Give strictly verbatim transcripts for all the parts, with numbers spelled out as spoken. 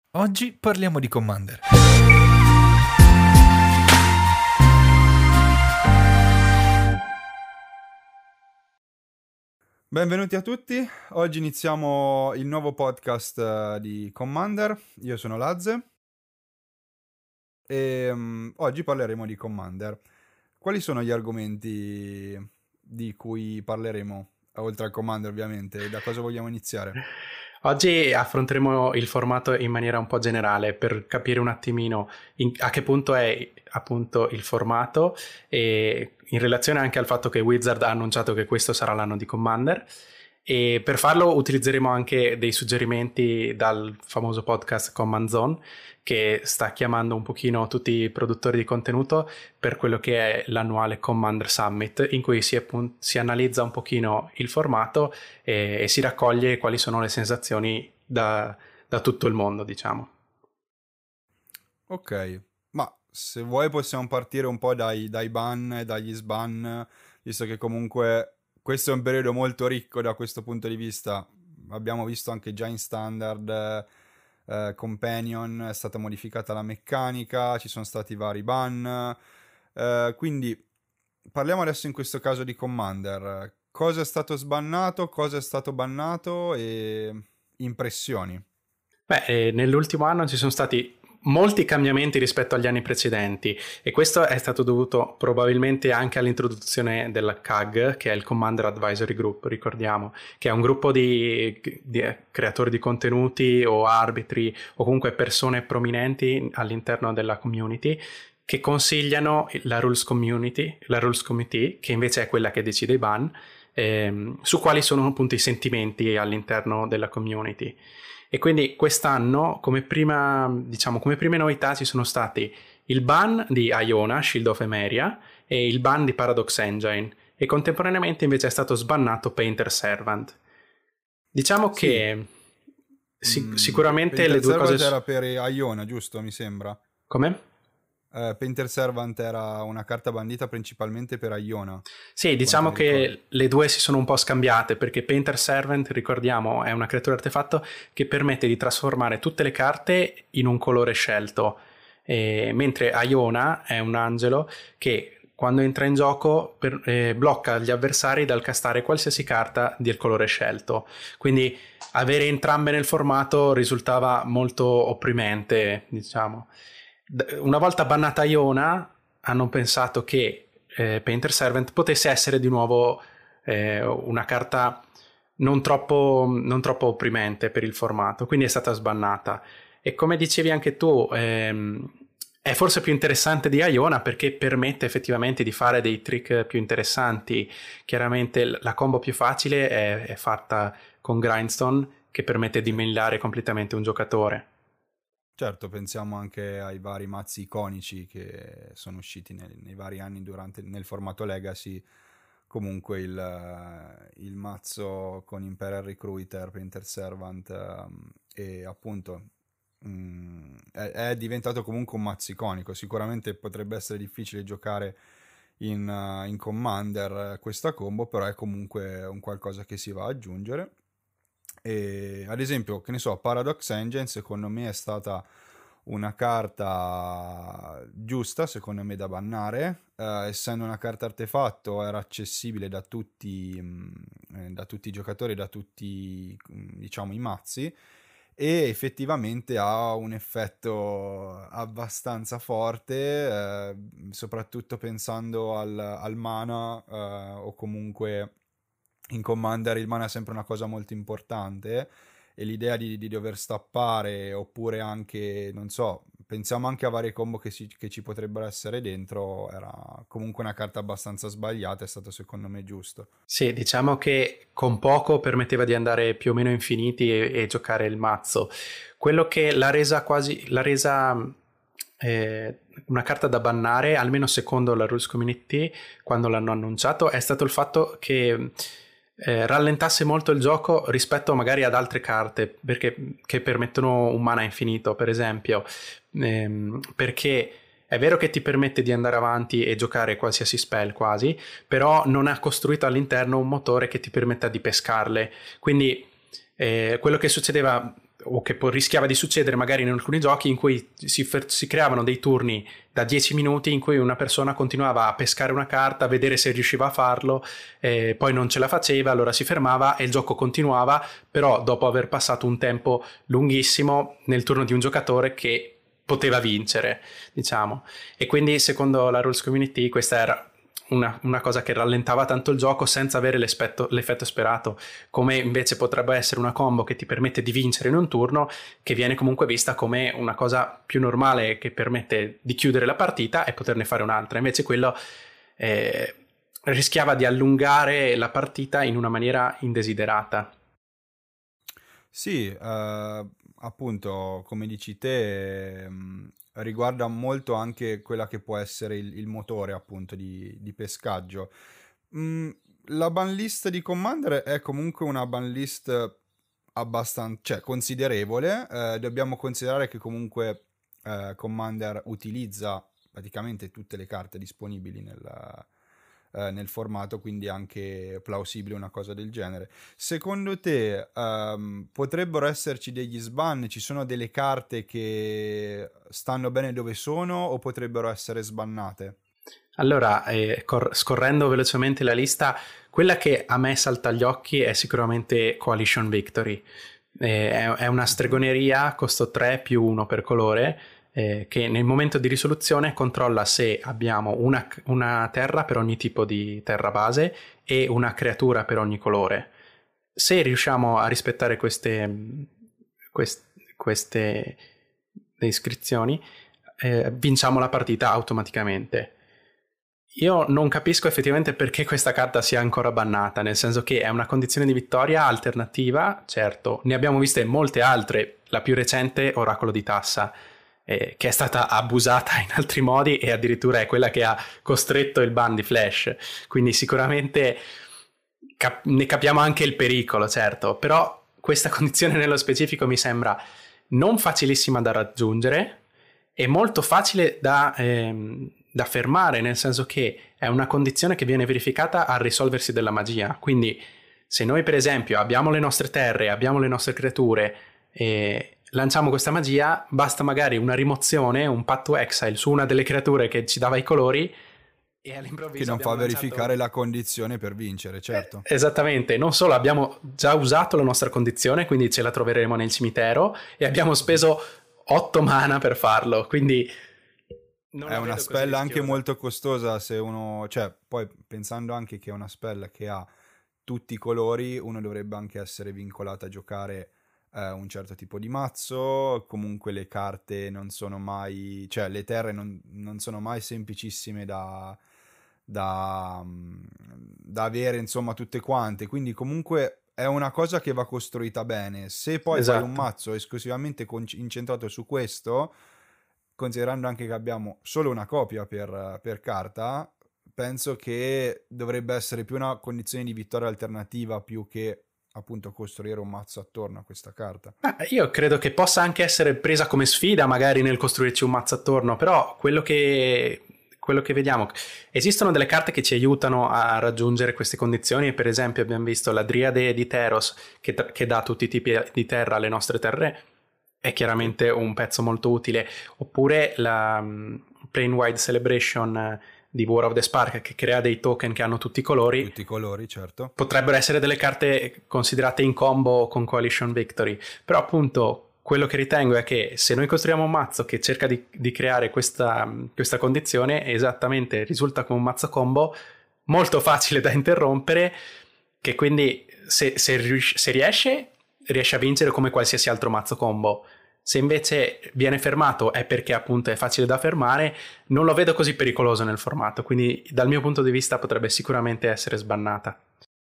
Oggi parliamo di Commander. Benvenuti a tutti, oggi iniziamo il nuovo podcast uh, di Commander, io sono Lazze e um, oggi parleremo di Commander. Quali sono gli argomenti di cui parleremo, oltre al Commander ovviamente, da cosa vogliamo iniziare? Oggi affronteremo il formato in maniera un po' generale per capire un attimino in, a che punto è appunto il formato e in relazione anche al fatto che Wizard ha annunciato che questo sarà l'anno di Commander, e per farlo utilizzeremo anche dei suggerimenti dal famoso podcast Command Zone, che sta chiamando un pochino tutti i produttori di contenuto per quello che è l'annuale Commander Summit, in cui si, appun- si analizza un pochino il formato e, e si raccoglie quali sono le sensazioni da, da tutto il mondo, diciamo. Ok, ma se vuoi possiamo partire un po' dai, dai ban e dagli sban, visto che comunque questo è un periodo molto ricco da questo punto di vista. Abbiamo visto anche già in standard eh, Companion, è stata modificata la meccanica, ci sono stati vari ban, eh, quindi parliamo adesso in questo caso di Commander. Cosa è stato sbannato, cosa è stato bannato e impressioni. Beh, eh, nell'ultimo anno ci sono stati molti cambiamenti rispetto agli anni precedenti, e questo è stato dovuto probabilmente anche all'introduzione della C A G, che è il Commander Advisory Group, ricordiamo, che è un gruppo di, di creatori di contenuti o arbitri o comunque persone prominenti all'interno della community che consigliano la Rules Community, la Rules Committee, che invece è quella che decide i ban, ehm, su quali sono appunto i sentimenti all'interno della community. E quindi quest'anno, come prima, diciamo, come prime novità, ci sono stati il ban di Iona, Shield of Emeria, e il ban di Paradox Engine, e contemporaneamente invece è stato sbannato Painter Servant. Diciamo Sì. che sic- Mm, sicuramente Painter le due Servant cose... era per Iona, giusto? Mi sembra. Come? Uh, Painter Servant era una carta bandita principalmente per Iona. Sì, diciamo che le due si sono un po' scambiate, perché Painter Servant, ricordiamo, è una creatura artefatto che permette di trasformare tutte le carte in un colore scelto, e, mentre Iona è un angelo che quando entra in gioco per, eh, blocca gli avversari dal castare qualsiasi carta del colore scelto. Quindi avere entrambe nel formato risultava molto opprimente, diciamo. Una volta bannata Iona, hanno pensato che eh, Painter Servant potesse essere di nuovo eh, una carta non troppo, non troppo opprimente per il formato, quindi è stata sbannata. E come dicevi anche tu, ehm, è forse più interessante di Iona perché permette effettivamente di fare dei trick più interessanti. Chiaramente la combo più facile è, è fatta con Grindstone, che permette di millare completamente un giocatore. Certo, pensiamo anche ai vari mazzi iconici che sono usciti nei, nei vari anni durante, nel formato Legacy. Comunque il, il mazzo con Imperial Recruiter, Painter Servant um, e appunto um, è, è diventato comunque un mazzo iconico. Sicuramente potrebbe essere difficile giocare in, uh, in Commander questa combo, però è comunque un qualcosa che si va ad aggiungere. E ad esempio, che ne so, Paradox Engine secondo me è stata una carta giusta, secondo me, da bannare. Uh, essendo una carta artefatto era accessibile da tutti, mh, da tutti i giocatori, da tutti, mh, diciamo, i mazzi, e effettivamente ha un effetto abbastanza forte, eh, soprattutto pensando al, al mana, eh, o comunque in Commander il mana è sempre una cosa molto importante, e l'idea di, di dover stappare, oppure anche, non so, pensiamo anche a varie combo che, si, che ci potrebbero essere dentro, era comunque una carta abbastanza sbagliata, è stato secondo me giusto. Sì, diciamo che con poco permetteva di andare più o meno infiniti e, e giocare il mazzo. Quello che l'ha resa quasi, l'ha resa eh, una carta da bannare, almeno secondo la Rules Community, quando l'hanno annunciato, è stato il fatto che eh, rallentasse molto il gioco rispetto magari ad altre carte, perché che permettono un mana infinito, per esempio, ehm, perché è vero che ti permette di andare avanti e giocare qualsiasi spell quasi, però non ha costruito all'interno un motore che ti permetta di pescarle. Quindi eh, quello che succedeva o che poi rischiava di succedere magari in alcuni giochi in cui si, si creavano dei turni da dieci minuti in cui una persona continuava a pescare una carta, a vedere se riusciva a farlo, eh, poi non ce la faceva, allora si fermava e il gioco continuava, però dopo aver passato un tempo lunghissimo nel turno di un giocatore che poteva vincere, diciamo. E quindi secondo la Rules Community questa era Una, una cosa che rallentava tanto il gioco senza avere l'effetto sperato, come invece potrebbe essere una combo che ti permette di vincere in un turno, che viene comunque vista come una cosa più normale che permette di chiudere la partita e poterne fare un'altra. Invece quello eh, rischiava di allungare la partita in una maniera indesiderata. Sì, uh, appunto, come dici te, mh, riguarda molto anche quella che può essere il, il motore appunto di, di pescaggio. Mm, la banlist di Commander è comunque una banlist abbastanza, cioè considerevole. Eh, dobbiamo considerare che comunque eh, Commander utilizza praticamente tutte le carte disponibili nel, eh, nel formato, quindi è anche plausibile una cosa del genere. Secondo te um, potrebbero esserci degli sban? Ci sono delle carte che stanno bene dove sono o potrebbero essere sbannate? Allora, eh, cor- scorrendo velocemente la lista, quella che a me salta agli occhi è sicuramente Coalition Victory. Eh, è, è una stregoneria, costo tre più uno per colore, eh, che nel momento di risoluzione controlla se abbiamo una, una terra per ogni tipo di terra base e una creatura per ogni colore. Se riusciamo a rispettare queste, queste, queste iscrizioni, eh, vinciamo la partita automaticamente. Io non capisco effettivamente perché questa carta sia ancora bannata, nel senso che è una condizione di vittoria alternativa, certo, ne abbiamo viste molte altre, la più recente Oracolo di Tassa, eh, che è stata abusata in altri modi e addirittura è quella che ha costretto il ban di Flash, quindi sicuramente cap- ne capiamo anche il pericolo, certo, però questa condizione nello specifico mi sembra non facilissima da raggiungere e molto facile da... Ehm, da fermare, nel senso che è una condizione che viene verificata al risolversi della magia. Quindi se noi per esempio abbiamo le nostre terre, abbiamo le nostre creature e lanciamo questa magia, basta magari una rimozione, un patto exile su una delle creature che ci dava i colori e all'improvviso che non fa verificare lanciato... la condizione per vincere, certo. Eh, esattamente, non solo abbiamo già usato la nostra condizione, quindi ce la troveremo nel cimitero e abbiamo speso otto mana per farlo, quindi non è una spell anche molto costosa se uno, cioè poi pensando anche che è una spell che ha tutti i colori, uno dovrebbe anche essere vincolato a giocare eh, un certo tipo di mazzo, comunque le carte non sono mai, cioè le terre non, non sono mai semplicissime da, da, da avere insomma tutte quante, quindi comunque è una cosa che va costruita bene. Se poi esatto. fai un mazzo esclusivamente incentrato su questo, considerando anche che abbiamo solo una copia per, per carta, penso che dovrebbe essere più una condizione di vittoria alternativa più che appunto costruire un mazzo attorno a questa carta. Ah, io credo che possa anche essere presa come sfida magari nel costruirci un mazzo attorno, però quello che, quello che vediamo, esistono delle carte che ci aiutano a raggiungere queste condizioni e per esempio abbiamo visto la Driade di Teros che, che dà tutti i tipi di terra alle nostre terre, è chiaramente un pezzo molto utile, oppure la um, Planewide Celebration uh, di War of the Spark che crea dei token che hanno tutti i colori. Tutti i colori, certo. Potrebbero essere delle carte considerate in combo con Coalition Victory, però appunto quello che ritengo è che se noi costruiamo un mazzo che cerca di, di creare questa, questa condizione, esattamente risulta come un mazzo combo molto facile da interrompere, che quindi se, se, ries- se riesce... riesce a vincere come qualsiasi altro mazzo combo. Se invece viene fermato è perché appunto è facile da fermare, non lo vedo così pericoloso nel formato, quindi dal mio punto di vista potrebbe sicuramente essere sbannata.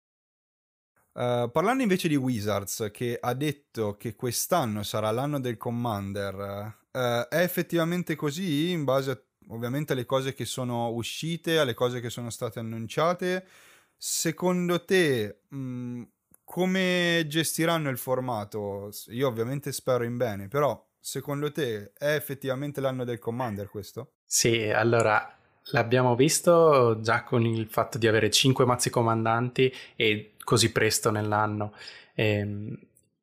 Uh, parlando invece di Wizards, che ha detto che quest'anno sarà l'anno del Commander, uh, è effettivamente così in base a, ovviamente alle cose che sono uscite, alle cose che sono state annunciate? Secondo te... Mh, come gestiranno il formato? Io ovviamente spero in bene, però secondo te è effettivamente l'anno del Commander questo? Sì, allora l'abbiamo visto già con il fatto di avere cinque mazzi comandanti e così presto nell'anno. Ehm,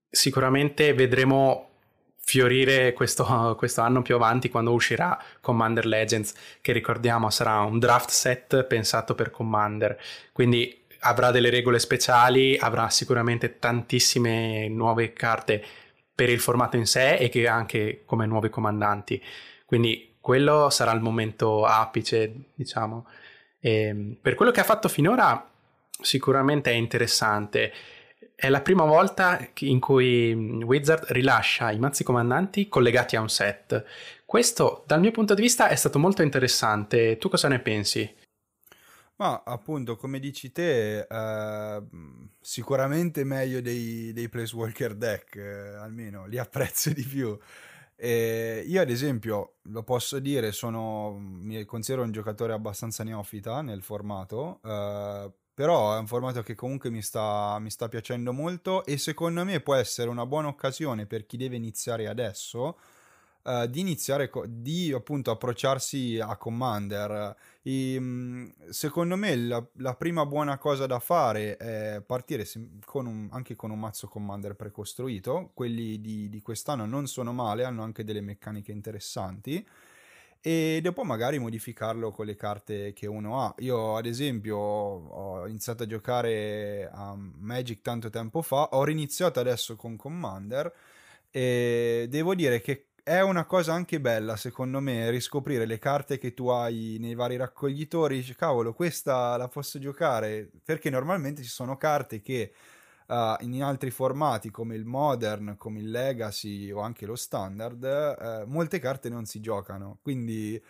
sicuramente vedremo fiorire questo, questo anno più avanti quando uscirà Commander Legends, che ricordiamo sarà un draft set pensato per Commander, quindi avrà delle regole speciali, avrà sicuramente tantissime nuove carte per il formato in sé e che anche come nuovi comandanti, quindi quello sarà il momento apice, diciamo. E per quello che ha fatto finora sicuramente è interessante. È la prima volta in cui Wizard rilascia i mazzi comandanti collegati a un set. Questo, dal mio punto di vista, è stato molto interessante. Tu cosa ne pensi? Ma appunto, come dici te, eh, sicuramente meglio dei, dei Placewalker deck, eh, almeno li apprezzo di più. E io ad esempio, lo posso dire, sono, mi considero un giocatore abbastanza neofita nel formato, eh, però è un formato che comunque mi sta, mi sta piacendo molto e secondo me può essere una buona occasione per chi deve iniziare adesso, eh, di iniziare, co- di appunto approcciarsi a Commander. I- mh, secondo me la, la prima buona cosa da fare è partire sem- con un- anche con un mazzo Commander precostruito. Quelli di, di quest'anno non sono male, hanno anche delle meccaniche interessanti. E dopo magari modificarlo con le carte che uno ha. Io, ad esempio, ho iniziato a giocare a Magic tanto tempo fa, ho riniziato adesso con Commander e devo dire che è una cosa anche bella, secondo me, riscoprire le carte che tu hai nei vari raccoglitori. Dici, cavolo, questa la posso giocare, perché normalmente ci sono carte che uh, in altri formati come il Modern, come il Legacy o anche lo Standard, uh, molte carte non si giocano. Quindi,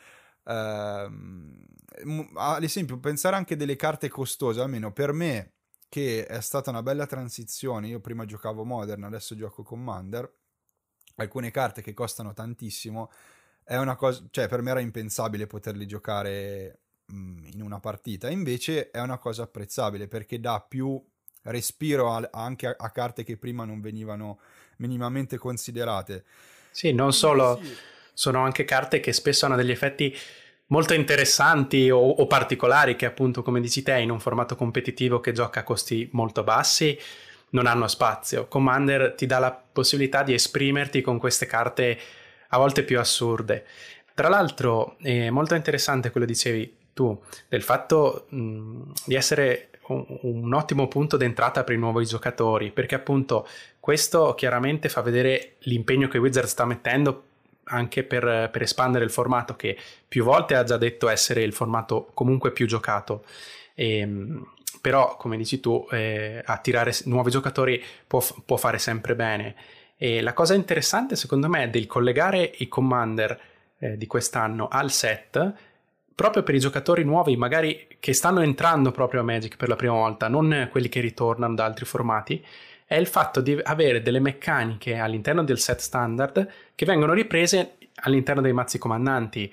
ehm, m- ad esempio, pensare anche delle carte costose, almeno per me, che è stata una bella transizione. Io prima giocavo Modern, adesso gioco Commander. Alcune carte che costano tantissimo, è una cosa, cioè per me era impensabile poterli giocare mh, in una partita, invece è una cosa apprezzabile perché dà più respiro a- anche a, a carte che prima non venivano minimamente considerate. Sì, non Quindi solo, sì, sono anche carte che spesso hanno degli effetti molto interessanti o, o particolari che appunto, come dici te, in un formato competitivo che gioca a costi molto bassi non hanno spazio. Commander ti dà la possibilità di esprimerti con queste carte a volte più assurde. Tra l'altro è molto interessante quello che dicevi tu, del fatto mh, di essere un, un ottimo punto d'entrata per i nuovi giocatori, perché appunto questo chiaramente fa vedere l'impegno che Wizard sta mettendo anche per, per espandere il formato, che più volte ha già detto essere il formato comunque più giocato. E, però, come dici tu, eh, attirare nuovi giocatori può, può fare sempre bene. E la cosa interessante, secondo me, è del collegare i Commander eh, di quest'anno al set, proprio per i giocatori nuovi, magari che stanno entrando proprio a Magic per la prima volta, non quelli che ritornano da altri formati, è il fatto di avere delle meccaniche all'interno del set standard che vengono riprese all'interno dei mazzi comandanti.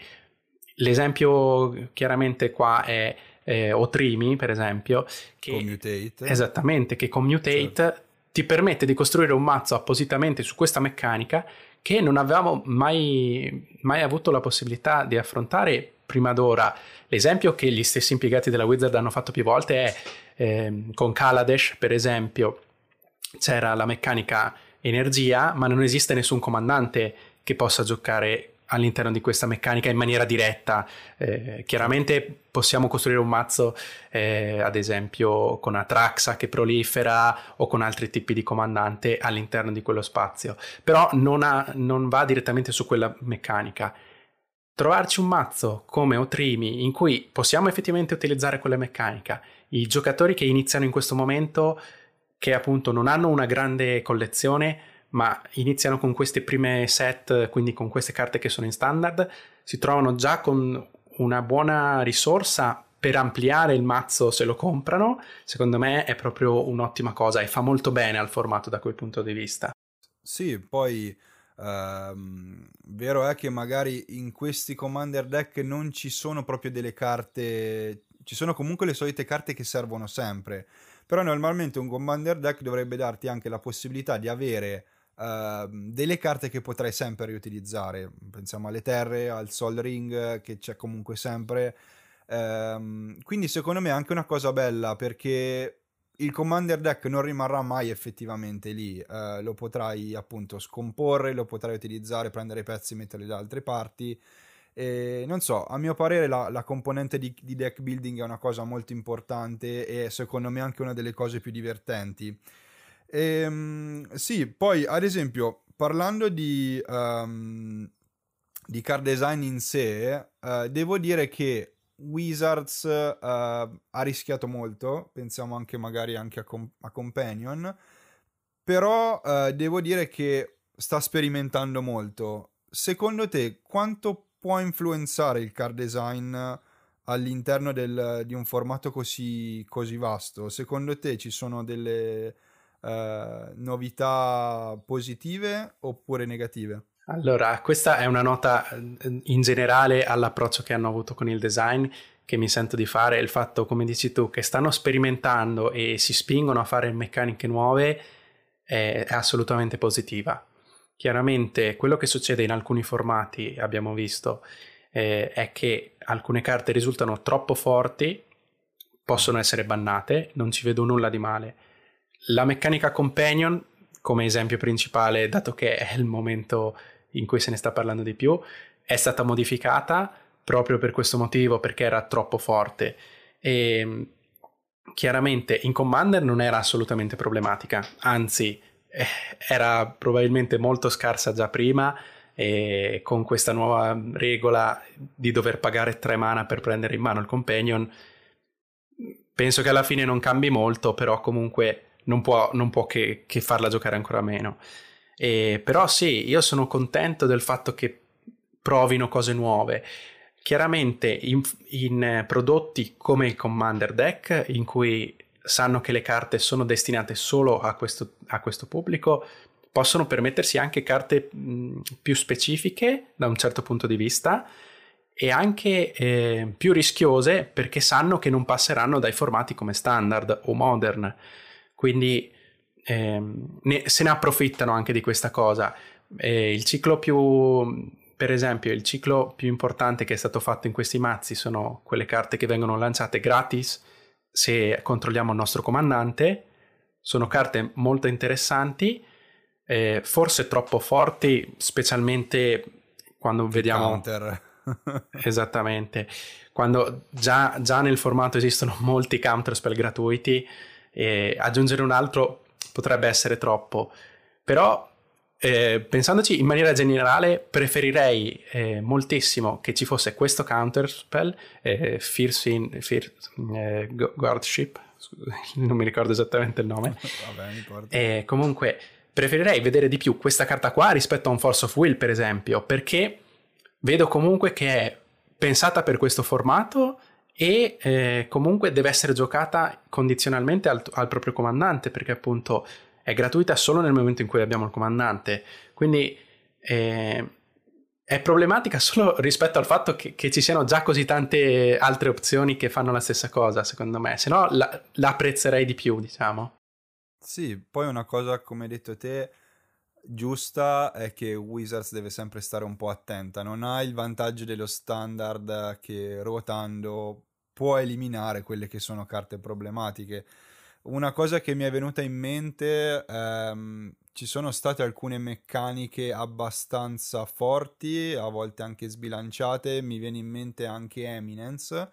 L'esempio chiaramente qua è eh, Otrimi, per esempio, che Commutate. esattamente, che con Mutate Certo. ti permette di costruire un mazzo appositamente su questa meccanica che non avevamo mai, mai avuto la possibilità di affrontare prima d'ora. L'esempio che gli stessi impiegati della Wizard hanno fatto più volte è ehm, con Kaladesh, per esempio, c'era la meccanica energia, ma non esiste nessun comandante che possa giocare all'interno di questa meccanica in maniera diretta. Eh, chiaramente possiamo costruire un mazzo, eh, ad esempio, con Atraxa che prolifera o con altri tipi di comandante all'interno di quello spazio, però non, ha, non va direttamente su quella meccanica. Trovarci un mazzo come Otrimi in cui possiamo effettivamente utilizzare quella meccanica, i giocatori che iniziano in questo momento, che appunto non hanno una grande collezione, ma iniziano con queste prime set, quindi con queste carte che sono in standard, si trovano già con una buona risorsa per ampliare il mazzo se lo comprano. Secondo me è proprio un'ottima cosa e fa molto bene al formato da quel punto di vista. Sì, poi ehm, vero è che magari in questi Commander deck non ci sono proprio delle carte, ci sono comunque le solite carte che servono sempre, però normalmente un Commander deck dovrebbe darti anche la possibilità di avere ehm, delle carte che potrai sempre riutilizzare. Pensiamo alle terre, al Sol Ring che c'è comunque sempre. Ehm, quindi secondo me è anche una cosa bella perché il Commander deck non rimarrà mai effettivamente lì, uh, lo potrai appunto scomporre, lo potrai utilizzare, prendere pezzi e metterli da altre parti. E non so, a mio parere la, la componente di, di deck building è una cosa molto importante e secondo me anche una delle cose più divertenti. E, um, sì, poi ad esempio parlando di, um, di card design in sé, uh, devo dire che Wizards uh, ha rischiato molto, pensiamo anche magari anche a, com- a Companion, però uh, devo dire che sta sperimentando molto. Secondo te quanto può influenzare il card design all'interno del, di un formato così, così vasto? Secondo te ci sono delle uh, novità positive oppure negative? Allora, questa è una nota in generale all'approccio che hanno avuto con il design che mi sento di fare, il fatto, come dici tu, che stanno sperimentando e si spingono a fare meccaniche nuove è, è assolutamente positiva. Chiaramente quello che succede in alcuni formati, abbiamo visto, eh, è che alcune carte risultano troppo forti, possono essere bannate, non ci vedo nulla di male. La meccanica Companion, come esempio principale, dato che è il momento in cui se ne sta parlando di più, è stata modificata proprio per questo motivo, perché era troppo forte. E chiaramente in Commander non era assolutamente problematica, anzi eh, era probabilmente molto scarsa già prima, e con questa nuova regola di dover pagare tre mana per prendere in mano il Companion penso che alla fine non cambi molto, però comunque non può, non può che, che farla giocare ancora meno. E, però sì, io sono contento del fatto che provino cose nuove. Chiaramente in, in prodotti come il Commander Deck, in cui sanno che le carte sono destinate solo a questo, a questo pubblico, possono permettersi anche carte mh, più specifiche da un certo punto di vista e anche eh, più rischiose, perché sanno che non passeranno dai formati come Standard o Modern, quindi ehm, ne, se ne approfittano anche di questa cosa. Eh, il ciclo più, per esempio, il ciclo più importante che è stato fatto in questi mazzi sono quelle carte che vengono lanciate gratis se controlliamo il nostro comandante. Sono carte molto interessanti, eh, forse troppo forti, specialmente quando Il vediamo counter. Esattamente, quando già, già nel formato esistono molti counterspell gratuiti, e aggiungere un altro potrebbe essere troppo, però eh, pensandoci in maniera generale preferirei eh, moltissimo che ci fosse questo counterspell, eh, Fierce, in, Fierce eh, Guardship, non mi ricordo esattamente il nome. Vabbè, mi ricordo. Eh, comunque preferirei vedere di più questa carta qua rispetto a un Force of Will, per esempio, perché vedo comunque che è pensata per questo formato e eh, comunque deve essere giocata condizionalmente al, al proprio comandante, perché appunto è gratuita solo nel momento in cui abbiamo il comandante, quindi eh, è problematica solo rispetto al fatto che, che ci siano già così tante altre opzioni che fanno la stessa cosa, secondo me, se no la, la apprezzerei di più, diciamo. Sì, poi una cosa, come hai detto te, giusta è che Wizards deve sempre stare un po' attenta, non ha il vantaggio dello standard che ruotando può eliminare quelle che sono carte problematiche. Una cosa che mi è venuta in mente, ehm, ci sono state alcune meccaniche abbastanza forti, a volte anche sbilanciate, mi viene in mente anche Eminence,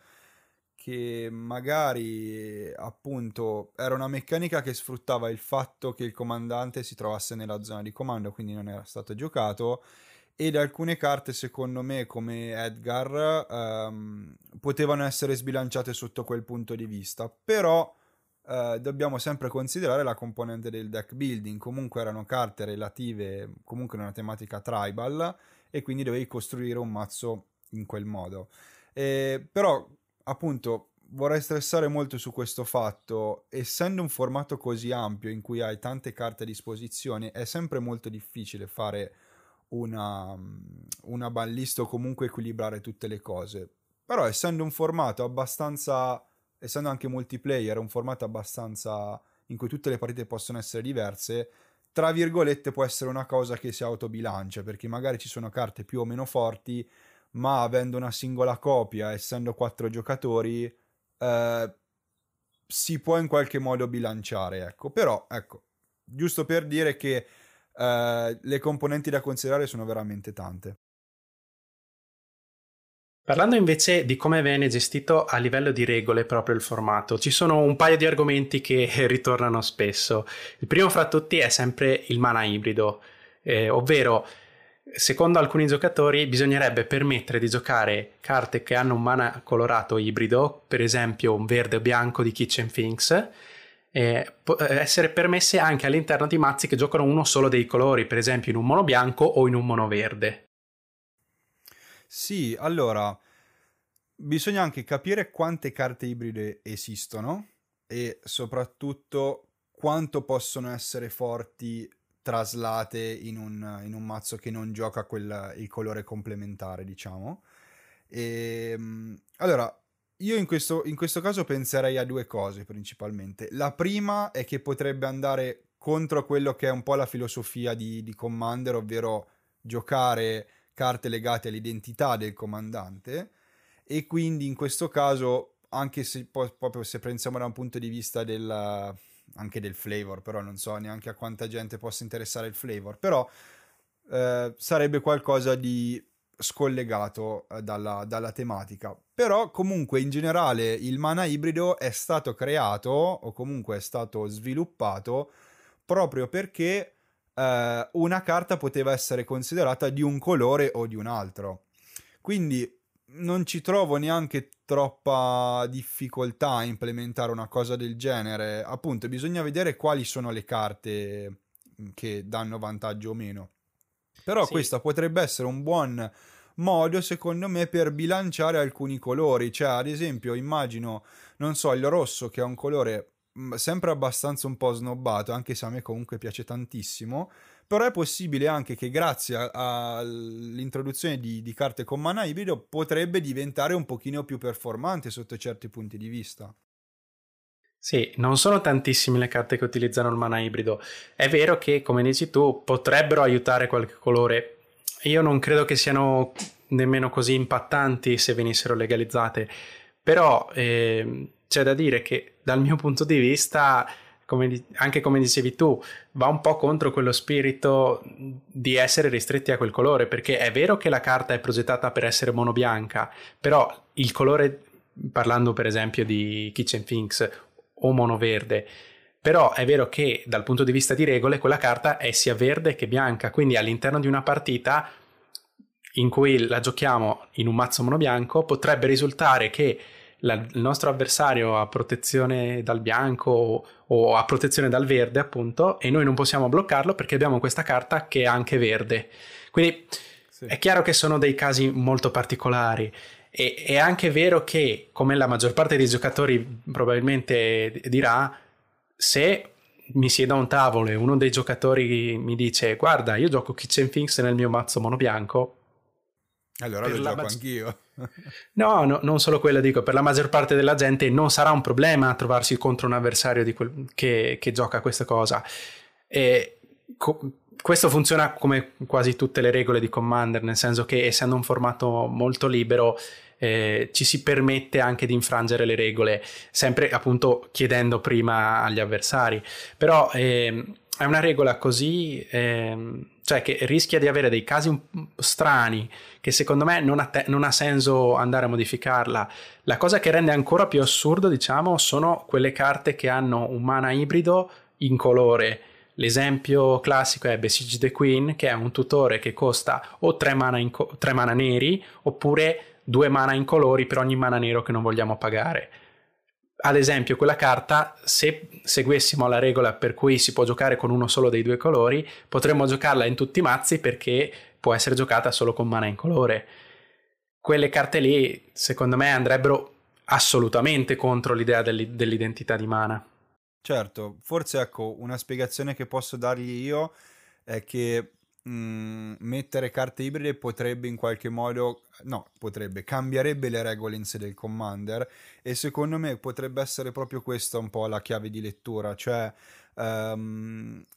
che magari appunto era una meccanica che sfruttava il fatto che il comandante si trovasse nella zona di comando, quindi non era stato giocato, ed alcune carte secondo me come Edgar ehm, potevano essere sbilanciate sotto quel punto di vista, però eh, dobbiamo sempre considerare la componente del deck building, comunque erano carte relative comunque a una tematica tribal e quindi dovevi costruire un mazzo in quel modo. Eh, però appunto vorrei stressare molto su questo fatto, essendo un formato così ampio in cui hai tante carte a disposizione è sempre molto difficile fare una, una ballista o comunque equilibrare tutte le cose, però essendo un formato abbastanza, essendo anche multiplayer, un formato abbastanza in cui tutte le partite possono essere diverse, tra virgolette può essere una cosa che si autobilancia, perché magari ci sono carte più o meno forti, ma avendo una singola copia, essendo quattro giocatori, eh, si può in qualche modo bilanciare, ecco. Però, ecco, giusto per dire che uh, le componenti da considerare sono veramente tante. Parlando invece di come viene gestito a livello di regole proprio il formato, ci sono un paio di argomenti che ritornano spesso. Il primo fra tutti è sempre il mana ibrido, eh, ovvero secondo alcuni giocatori bisognerebbe permettere di giocare carte che hanno un mana colorato ibrido, per esempio un verde o bianco di Kitchen Finks, eh, essere permesse anche all'interno di mazzi che giocano uno solo dei colori, per esempio in un mono bianco o in un mono verde. Sì, allora, bisogna anche capire quante carte ibride esistono e soprattutto quanto possono essere forti traslate in un, in un mazzo che non gioca quel, il colore complementare, diciamo. E, allora, io in questo, in questo caso penserei a due cose principalmente. La prima è che potrebbe andare contro quello che è un po' la filosofia di, di Commander, ovvero giocare carte legate all'identità del comandante, e quindi in questo caso, anche se proprio se pensiamo da un punto di vista del, anche del flavor, però non so neanche a quanta gente possa interessare il flavor, però eh, sarebbe qualcosa di scollegato eh, dalla, dalla tematica. Però comunque in generale il mana ibrido è stato creato o comunque è stato sviluppato proprio perché Uh, una carta poteva essere considerata di un colore o di un altro, quindi non ci trovo neanche troppa difficoltà a implementare una cosa del genere. Appunto, bisogna vedere quali sono le carte che danno vantaggio o meno, però sì, questo potrebbe essere un buon modo secondo me per bilanciare alcuni colori. Cioè, ad esempio, immagino, non so, il rosso, che è un colore sempre abbastanza un po' snobbato, anche se a me comunque piace tantissimo, però è possibile anche che grazie all'introduzione di, di carte con mana ibrido potrebbe diventare un pochino più performante sotto certi punti di vista. Sì, non sono tantissime le carte che utilizzano il mana ibrido. È vero che, come dici tu, potrebbero aiutare qualche colore. Io non credo che siano nemmeno così impattanti se venissero legalizzate, però eh, c'è da dire che dal mio punto di vista, come, anche come dicevi tu, va un po' contro quello spirito di essere ristretti a quel colore, perché è vero che la carta è progettata per essere monobianca, però il colore, parlando per esempio di Kitchen Finks o mono verde, però è vero che dal punto di vista di regole quella carta è sia verde che bianca, quindi all'interno di una partita in cui la giochiamo in un mazzo monobianco potrebbe risultare che la, il nostro avversario ha protezione dal bianco o, o ha protezione dal verde, appunto, e noi non possiamo bloccarlo perché abbiamo questa carta che è anche verde. Quindi sì, è chiaro che sono dei casi molto particolari. E è anche vero che, come la maggior parte dei giocatori probabilmente dirà, se mi siedo a un tavolo e uno dei giocatori mi dice guarda, io gioco Kitchen Finks nel mio mazzo monobianco, allora lo gioco maggi- anch'io. no, no, non solo quello, dico, per la maggior parte della gente non sarà un problema trovarsi contro un avversario di quel, che, che gioca questa cosa. E co- questo funziona come quasi tutte le regole di Commander, nel senso che essendo un formato molto libero eh, ci si permette anche di infrangere le regole, sempre appunto chiedendo prima agli avversari. Però eh, è una regola così, eh, cioè che rischia di avere dei casi strani che secondo me non ha, te- non ha senso andare a modificarla. La cosa che rende ancora più assurdo, diciamo, sono quelle carte che hanno un mana ibrido in colore. L'esempio classico è Besiege the Queen, che è un tutore che costa o tre mana, in co- tre mana neri oppure due mana in colori per ogni mana nero che non vogliamo pagare. Ad esempio, quella carta, se seguissimo la regola per cui si può giocare con uno solo dei due colori, potremmo giocarla in tutti i mazzi perché può essere giocata solo con mana in colore. Quelle carte lì, secondo me, andrebbero assolutamente contro l'idea dell'identità di mana. Certo, forse ecco, una spiegazione che posso dargli io è che mh, mettere carte ibride potrebbe in qualche modo, no, potrebbe, cambierebbe le regole in sé del Commander, e secondo me potrebbe essere proprio questa un po' la chiave di lettura, cioè um,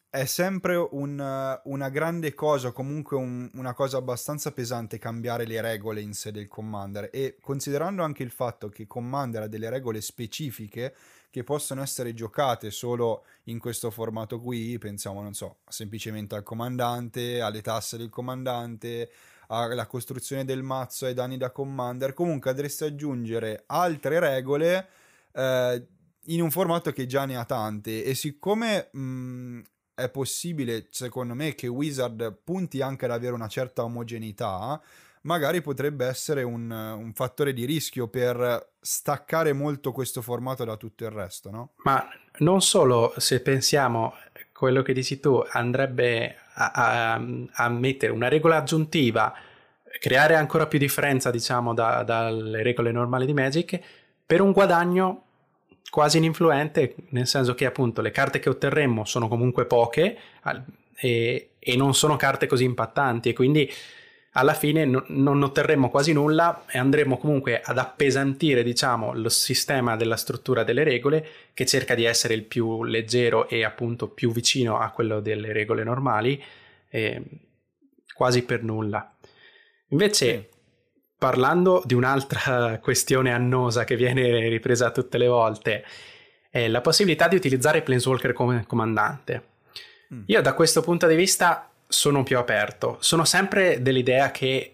è sempre un, una grande cosa, comunque un, una cosa abbastanza pesante cambiare le regole in sé del Commander, e considerando anche il fatto che Commander ha delle regole specifiche che possono essere giocate solo in questo formato qui, pensiamo, non so, semplicemente al comandante, alle tasse del comandante, alla costruzione del mazzo, ai danni da Commander, comunque andresti ad aggiungere altre regole eh, in un formato che già ne ha tante, e siccome mh, è possibile, secondo me, che Wizard punti anche ad avere una certa omogeneità, magari potrebbe essere un, un fattore di rischio per staccare molto questo formato da tutto il resto, no? Ma non solo, se pensiamo, quello che dici tu, andrebbe a, a, a mettere una regola aggiuntiva, creare ancora più differenza, diciamo, da, dalle regole normali di Magic, per un guadagno quasi ininfluente, nel senso che appunto le carte che otterremmo sono comunque poche e, e non sono carte così impattanti, e quindi alla fine no, non otterremmo quasi nulla e andremo comunque ad appesantire, diciamo, lo sistema della struttura delle regole, che cerca di essere il più leggero e appunto più vicino a quello delle regole normali, eh, quasi per nulla. Invece, sì, parlando di un'altra questione annosa che viene ripresa tutte le volte, è la possibilità di utilizzare Planeswalker come comandante. Mm. Io da questo punto di vista sono più aperto. Sono sempre dell'idea che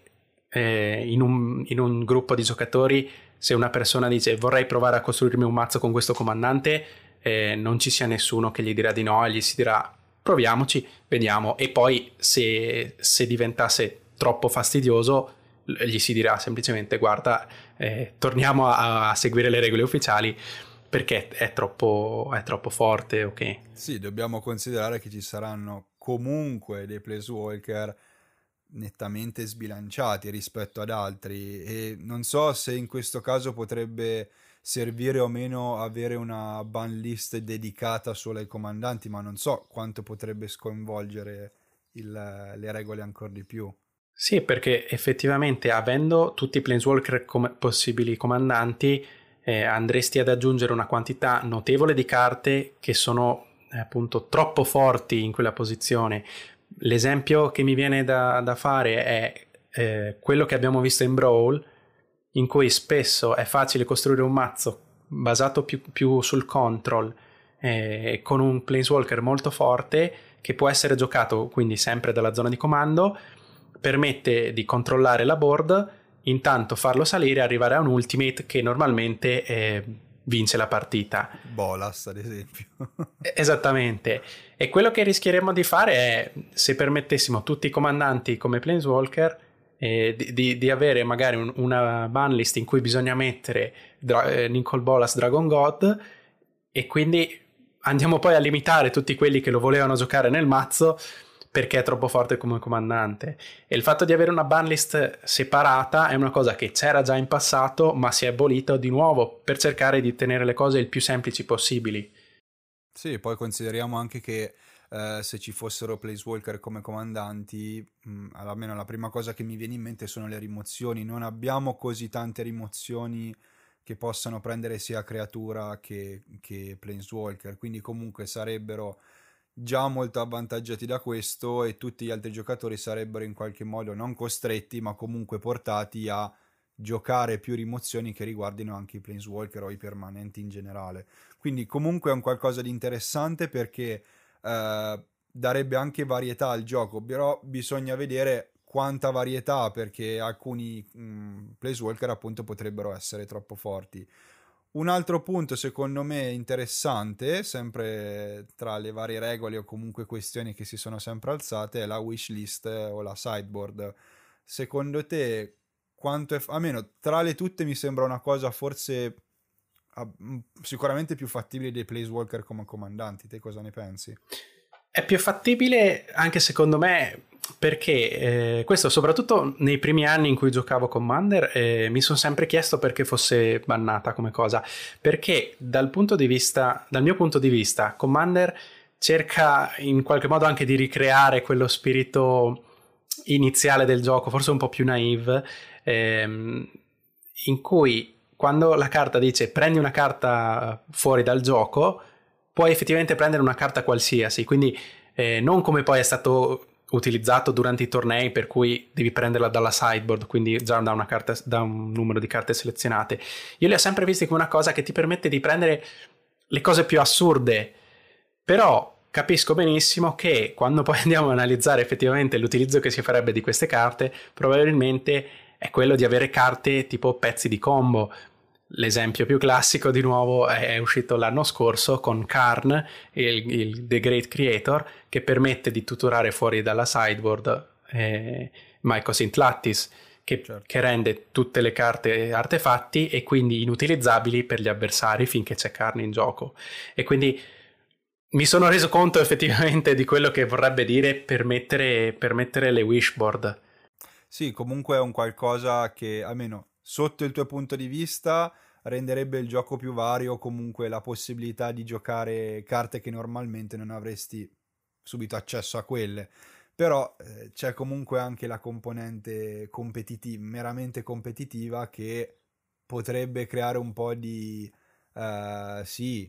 eh, in, un, in un gruppo di giocatori, se una persona dice vorrei provare a costruirmi un mazzo con questo comandante, eh, non ci sia nessuno che gli dirà di no, e gli si dirà proviamoci, vediamo, e poi se, se diventasse troppo fastidioso gli si dirà semplicemente guarda, eh, torniamo a, a seguire le regole ufficiali perché è troppo, è troppo forte, ok? Sì, dobbiamo considerare che ci saranno comunque dei Planeswalker nettamente sbilanciati rispetto ad altri, e non so se in questo caso potrebbe servire o meno avere una ban list dedicata solo ai comandanti, ma non so quanto potrebbe sconvolgere il, le regole ancora di più. Sì, perché effettivamente avendo tutti i Planeswalker come possibili comandanti eh, andresti ad aggiungere una quantità notevole di carte che sono eh, appunto troppo forti in quella posizione. L'esempio che mi viene da, da fare è eh, quello che abbiamo visto in Brawl, in cui spesso è facile costruire un mazzo basato più, più sul control eh, con un Planeswalker molto forte che può essere giocato quindi sempre dalla zona di comando, permette di controllare la board, intanto farlo salire e arrivare a un ultimate che normalmente eh, vince la partita. Bolas, ad esempio. Esattamente. E quello che rischieremmo di fare è, se permettessimo tutti i comandanti come Planeswalker, eh, di, di, di avere magari un, una banlist in cui bisogna mettere Dra- eh, Nicol Bolas Dragon God, e quindi andiamo poi a limitare tutti quelli che lo volevano giocare nel mazzo perché è troppo forte come comandante. E il fatto di avere una banlist separata è una cosa che c'era già in passato, ma si è abolita di nuovo per cercare di tenere le cose il più semplici possibili. Sì, poi consideriamo anche che eh, se ci fossero Planeswalker come comandanti, mh, almeno la prima cosa che mi viene in mente sono le rimozioni. Non abbiamo così tante rimozioni che possano prendere sia creatura che, che Planeswalker, quindi comunque sarebbero già molto avvantaggiati da questo, e tutti gli altri giocatori sarebbero in qualche modo non costretti ma comunque portati a giocare più rimozioni che riguardino anche i Planeswalker o i permanenti in generale. Quindi comunque è un qualcosa di interessante perché eh, darebbe anche varietà al gioco, però bisogna vedere quanta varietà, perché alcuni mh, Planeswalker appunto potrebbero essere troppo forti. Un altro punto secondo me interessante, sempre tra le varie regole o comunque questioni che si sono sempre alzate, è la wishlist o la sideboard. Secondo te quanto è, f- almeno tra le tutte mi sembra una cosa forse ah, sicuramente più fattibile dei Planeswalker come comandanti? Te cosa ne pensi? È più fattibile anche secondo me, perché eh, questo soprattutto nei primi anni in cui giocavo Commander eh, mi sono sempre chiesto perché fosse bannata come cosa, perché dal punto di vista, dal mio punto di vista Commander cerca in qualche modo anche di ricreare quello spirito iniziale del gioco, forse un po' più naive, ehm, in cui quando la carta dice prendi una carta fuori dal gioco puoi effettivamente prendere una carta qualsiasi, quindi eh, non come poi è stato utilizzato durante i tornei, per cui devi prenderla dalla sideboard, quindi già da, una carta, da un numero di carte selezionate. Io li ho sempre visti come una cosa che ti permette di prendere le cose più assurde, però capisco benissimo che quando poi andiamo a analizzare effettivamente l'utilizzo che si farebbe di queste carte, probabilmente è quello di avere carte tipo pezzi di combo. L'esempio più classico di nuovo è uscito l'anno scorso con Karn, il, il The Great Creator, che permette di tutorare fuori dalla sideboard eh, Mycos Lattice, che, certo. che rende tutte le carte artefatti e quindi inutilizzabili per gli avversari finché c'è Karn in gioco. E quindi mi sono reso conto effettivamente di quello che vorrebbe dire permettere, permettere le wishboard. Sì, comunque è un qualcosa che, almeno sotto il tuo punto di vista, renderebbe il gioco più vario, comunque la possibilità di giocare carte che normalmente non avresti subito accesso a quelle. Però eh, c'è comunque anche la componente competitiva, meramente competitiva, che potrebbe creare un po' di... Uh, sì,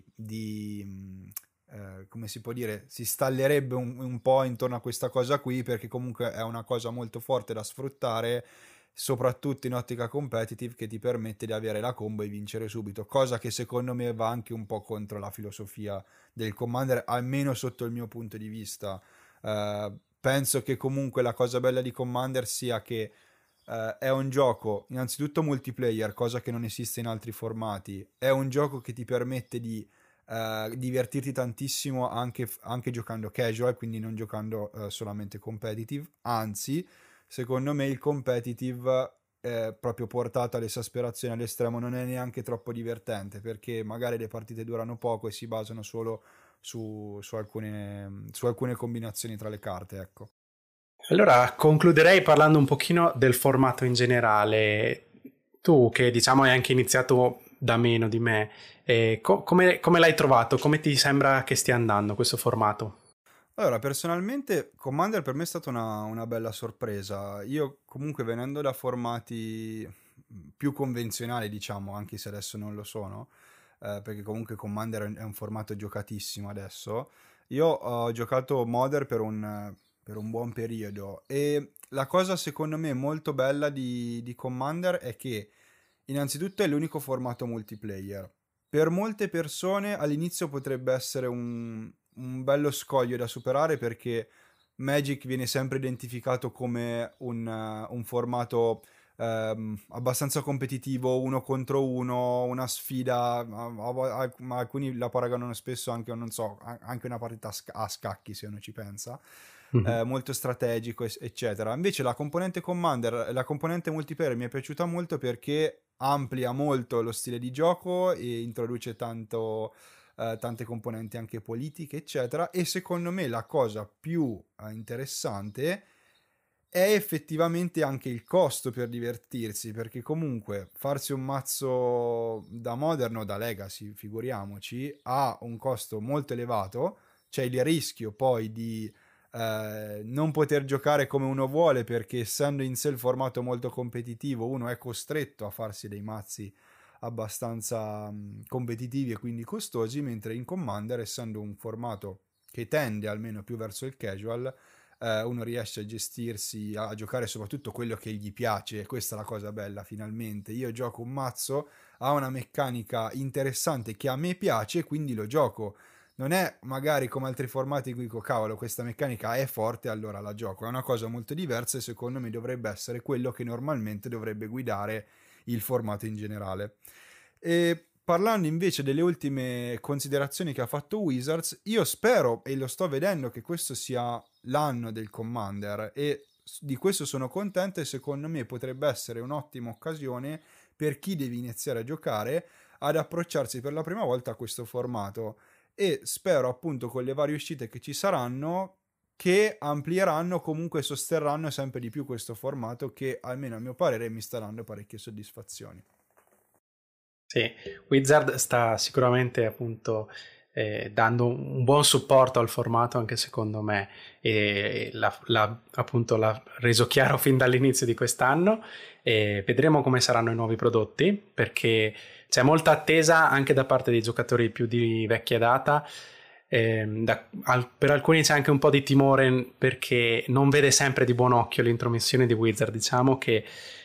di... Uh, come si può dire, si stallerebbe un, un po' intorno a questa cosa qui, perché comunque è una cosa molto forte da sfruttare, soprattutto in ottica competitive, che ti permette di avere la combo e vincere subito, cosa che secondo me va anche un po' contro la filosofia del Commander, almeno sotto il mio punto di vista. Uh, penso che comunque la cosa bella di Commander sia che uh, è un gioco innanzitutto multiplayer, cosa che non esiste in altri formati, è un gioco che ti permette di Uh, divertirti tantissimo anche, anche giocando casual, quindi non giocando uh, solamente competitive. Anzi, secondo me il competitive eh, proprio portato all'esasperazione, all'estremo, non è neanche troppo divertente, perché magari le partite durano poco e si basano solo su, su, alcune, su alcune combinazioni tra le carte, ecco. Allora concluderei parlando un pochino del formato in generale. Tu che diciamo hai anche iniziato da meno di me, eh, co- come, come l'hai trovato? Come ti sembra che stia andando questo formato? Allora, personalmente Commander per me è stata una, una bella sorpresa. Io comunque, venendo da formati più convenzionali, diciamo, anche se adesso non lo sono, eh, perché comunque Commander è un formato giocatissimo adesso, io ho giocato Modern per un, per un buon periodo, e la cosa secondo me molto bella di, di Commander è che innanzitutto è l'unico formato multiplayer. Per molte persone all'inizio potrebbe essere un, un bello scoglio da superare, perché Magic viene sempre identificato come un, uh, un formato um, abbastanza competitivo, uno contro uno, una sfida, ma alcuni la paragonano spesso anche, non so, anche una partita a scacchi, se uno ci pensa. Mm-hmm. Eh, molto strategico, eccetera. Invece la componente Commander, la componente multiplayer mi è piaciuta molto perché amplia molto lo stile di gioco e introduce tanto, eh, tante componenti anche politiche, eccetera. E secondo me la cosa più eh, interessante è effettivamente anche il costo per divertirsi, perché comunque farsi un mazzo da Modern o da Legacy, figuriamoci, ha un costo molto elevato. C'è il rischio poi di Uh, non poter giocare come uno vuole, perché essendo in sé il formato molto competitivo uno è costretto a farsi dei mazzi abbastanza um, competitivi e quindi costosi, mentre in Commander, essendo un formato che tende almeno più verso il casual, uh, uno riesce a gestirsi, a giocare soprattutto quello che gli piace, e questa è la cosa bella. Finalmente io gioco un mazzo, ha una meccanica interessante che a me piace e quindi lo gioco. Non è magari come altri formati in cui dico cavolo, questa meccanica è forte, allora la gioco. È una cosa molto diversa e secondo me dovrebbe essere quello che normalmente dovrebbe guidare il formato in generale. E parlando invece delle ultime considerazioni che ha fatto Wizards, io spero e lo sto vedendo che questo sia l'anno del Commander, e di questo sono contento, e secondo me potrebbe essere un'ottima occasione per chi deve iniziare a giocare ad approcciarsi per la prima volta a questo formato. E spero appunto con le varie uscite che ci saranno, che amplieranno, comunque sosterranno sempre di più questo formato, che almeno a mio parere mi sta dando parecchie soddisfazioni. Sì, Wizard sta sicuramente appunto eh, dando un buon supporto al formato, anche secondo me, e l'ha, l'ha, appunto l'ha reso chiaro fin dall'inizio di quest'anno, e vedremo come saranno i nuovi prodotti, perché c'è molta attesa anche da parte dei giocatori più di vecchia data, eh, da, al, per alcuni c'è anche un po' di timore perché non vede sempre di buon occhio l'intromissione di Wizard. Diciamo che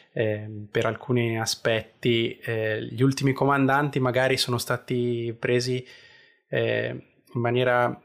eh, per alcuni aspetti eh, gli ultimi comandanti magari sono stati presi eh, in maniera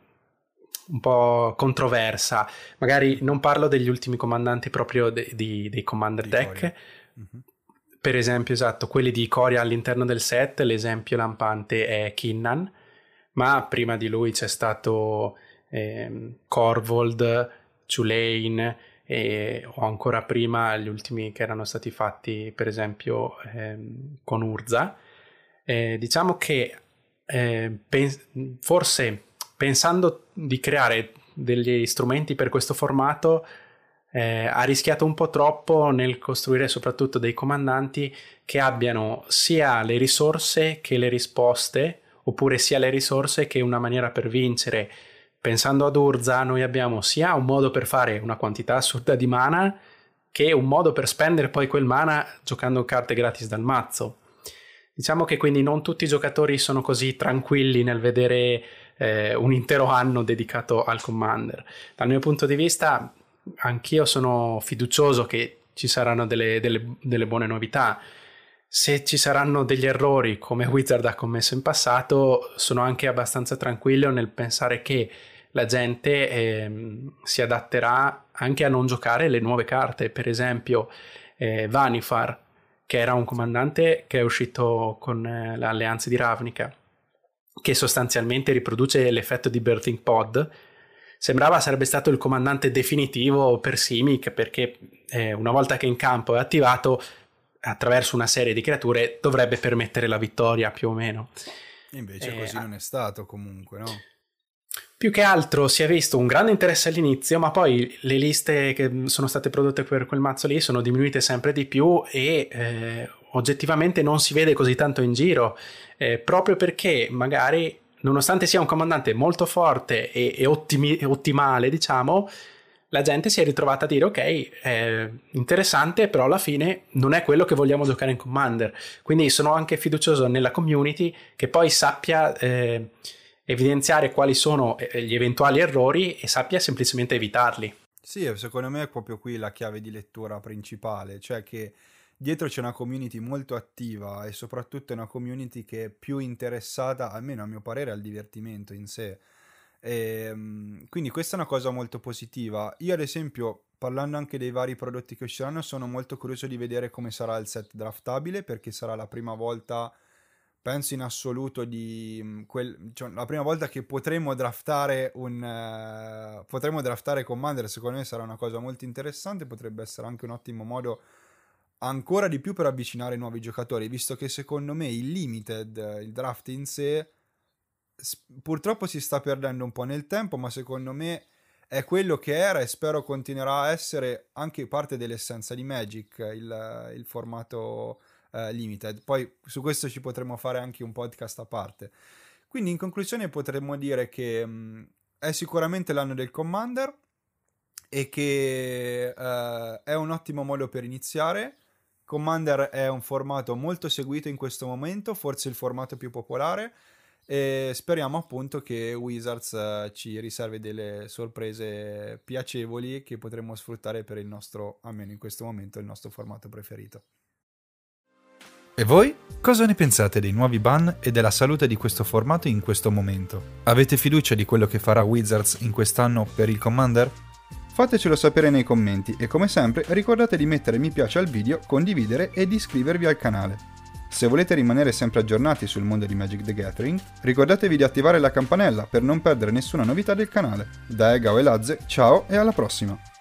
un po' controversa. Magari non parlo degli ultimi comandanti proprio de, di, dei Commander di deck, mm-hmm. per esempio, esatto, quelli di Ikoria all'interno del set. L'esempio lampante è Kinnan, ma prima di lui c'è stato eh, Korvold, Chulainn, e, o ancora prima gli ultimi che erano stati fatti per esempio eh, con Urza. Eh, diciamo che eh, pens- forse pensando di creare degli strumenti per questo formato eh, ha rischiato un po' troppo nel costruire soprattutto dei comandanti che abbiano sia le risorse che le risposte, oppure sia le risorse che una maniera per vincere. Pensando ad Urza, noi abbiamo sia un modo per fare una quantità assurda di mana che un modo per spendere poi quel mana giocando carte gratis dal mazzo. Diciamo che quindi non tutti i giocatori sono così tranquilli nel vedere eh, un intero anno dedicato al Commander. Dal mio punto di vista, anch'io sono fiducioso che ci saranno delle, delle, delle buone novità. Se ci saranno degli errori come Wizard ha commesso in passato, sono anche abbastanza tranquillo nel pensare che la gente eh, si adatterà anche a non giocare le nuove carte. Per esempio eh, Vannifar, che era un comandante che è uscito con eh, l'alleanza di Ravnica, che sostanzialmente riproduce l'effetto di Birthing Pod. Sembrava sarebbe stato il comandante definitivo per Simic, perché eh, una volta che in campo è attivato, attraverso una serie di creature dovrebbe permettere la vittoria più o meno. Invece eh, così non è stato comunque, no? Più che altro si è visto un grande interesse all'inizio, ma poi le liste che sono state prodotte per quel mazzo lì sono diminuite sempre di più e eh, oggettivamente non si vede così tanto in giro, eh, proprio perché magari, nonostante sia un comandante molto forte e, e ottimi, ottimale, diciamo, la gente si è ritrovata a dire ok, è interessante, però alla fine non è quello che vogliamo giocare in Commander. Quindi sono anche fiducioso nella community che poi sappia eh, evidenziare quali sono gli eventuali errori e sappia semplicemente evitarli. Sì, secondo me è proprio qui la chiave di lettura principale, cioè che dietro c'è una community molto attiva e soprattutto è una community che è più interessata, almeno a mio parere, al divertimento in sé. E, quindi questa è una cosa molto positiva. Io ad esempio, parlando anche dei vari prodotti che usciranno, sono molto curioso di vedere come sarà il set draftabile, perché sarà la prima volta, penso in assoluto, di quel, cioè, la prima volta che potremo draftare un uh, potremo draftare Commander. Secondo me sarà una cosa molto interessante, potrebbe essere anche un ottimo modo ancora di più per avvicinare nuovi giocatori, visto che secondo me il limited, il draft in sé purtroppo si sta perdendo un po' nel tempo, ma secondo me è quello che era e spero continuerà a essere anche parte dell'essenza di Magic, il, il formato uh, limited. Poi su questo ci potremo fare anche un podcast a parte. Quindi in conclusione potremmo dire che mh, è sicuramente l'anno del Commander e che uh, è un ottimo modo per iniziare. Commander è un formato molto seguito in questo momento, forse il formato più popolare, e speriamo appunto che Wizards uh, ci riservi delle sorprese piacevoli che potremo sfruttare per il nostro, almeno in questo momento, il nostro formato preferito. E voi? Cosa ne pensate dei nuovi ban e della salute di questo formato in questo momento? Avete fiducia di quello che farà Wizards in quest'anno per il Commander? Fatecelo sapere nei commenti e come sempre ricordate di mettere mi piace al video, condividere e di iscrivervi al canale. Se volete rimanere sempre aggiornati sul mondo di Magic the Gathering, ricordatevi di attivare la campanella per non perdere nessuna novità del canale. Da Egao e Lazze, ciao e alla prossima!